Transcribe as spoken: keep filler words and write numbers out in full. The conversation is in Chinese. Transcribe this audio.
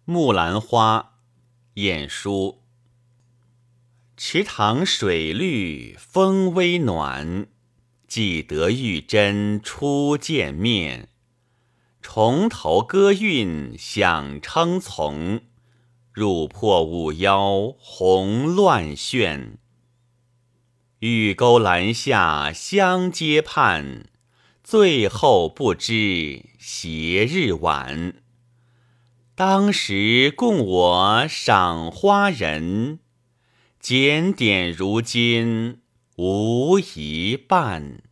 木兰花，晏殊。池塘水绿风微暖，记得玉真初见面。重头歌韵响称从，入破五腰红乱炫。玉钩栏下相接盼，最后不知斜日晚。当时共我赏花人，检点如今无一半。